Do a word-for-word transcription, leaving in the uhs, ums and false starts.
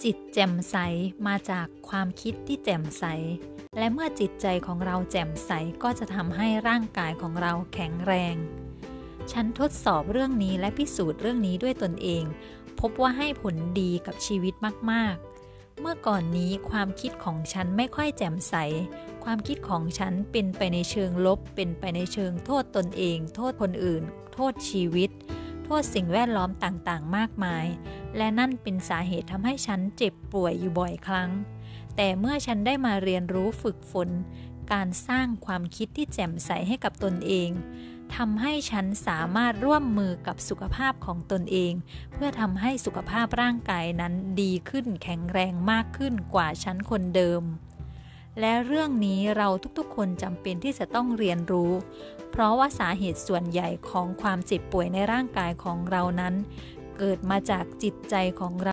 จิตแจ่มใสมาจากความคิดที่แจ่มใสและเมื่อจิตใจของเราแจ่มใสก็จะทำให้ร่างกายของเราแข็งแรงฉันทดสอบเรื่องนี้และพิสูจน์เรื่องนี้ด้วยตนเองพบว่าให้ผลดีกับชีวิตมากๆเมื่อก่อนนี้ความคิดของฉันไม่ค่อยแจ่มใสความคิดของฉันเป็นไปในเชิงลบเป็นไปในเชิงโทษตนเองโทษคนอื่นโทษชีวิตโทษสิ่งแวดล้อมต่างๆมากมายและนั่นเป็นสาเหตุทำให้ฉันเจ็บป่วยอยู่บ่อยครั้งแต่เมื่อฉันได้มาเรียนรู้ฝึกฝนการสร้างความคิดที่แจ่มใสให้กับตนเองทำให้ฉันสามารถร่วมมือกับสุขภาพของตนเองเพื่อทำให้สุขภาพร่างกายนั้นดีขึ้นแข็งแรงมากขึ้นกว่าฉันคนเดิมและเรื่องนี้เราทุกๆคนจำเป็นที่จะต้องเรียนรู้เพราะว่าสาเหตุส่วนใหญ่ของความเจ็บป่วยในร่างกายของเรานั้นเกิดมาจากจิตใจของเรา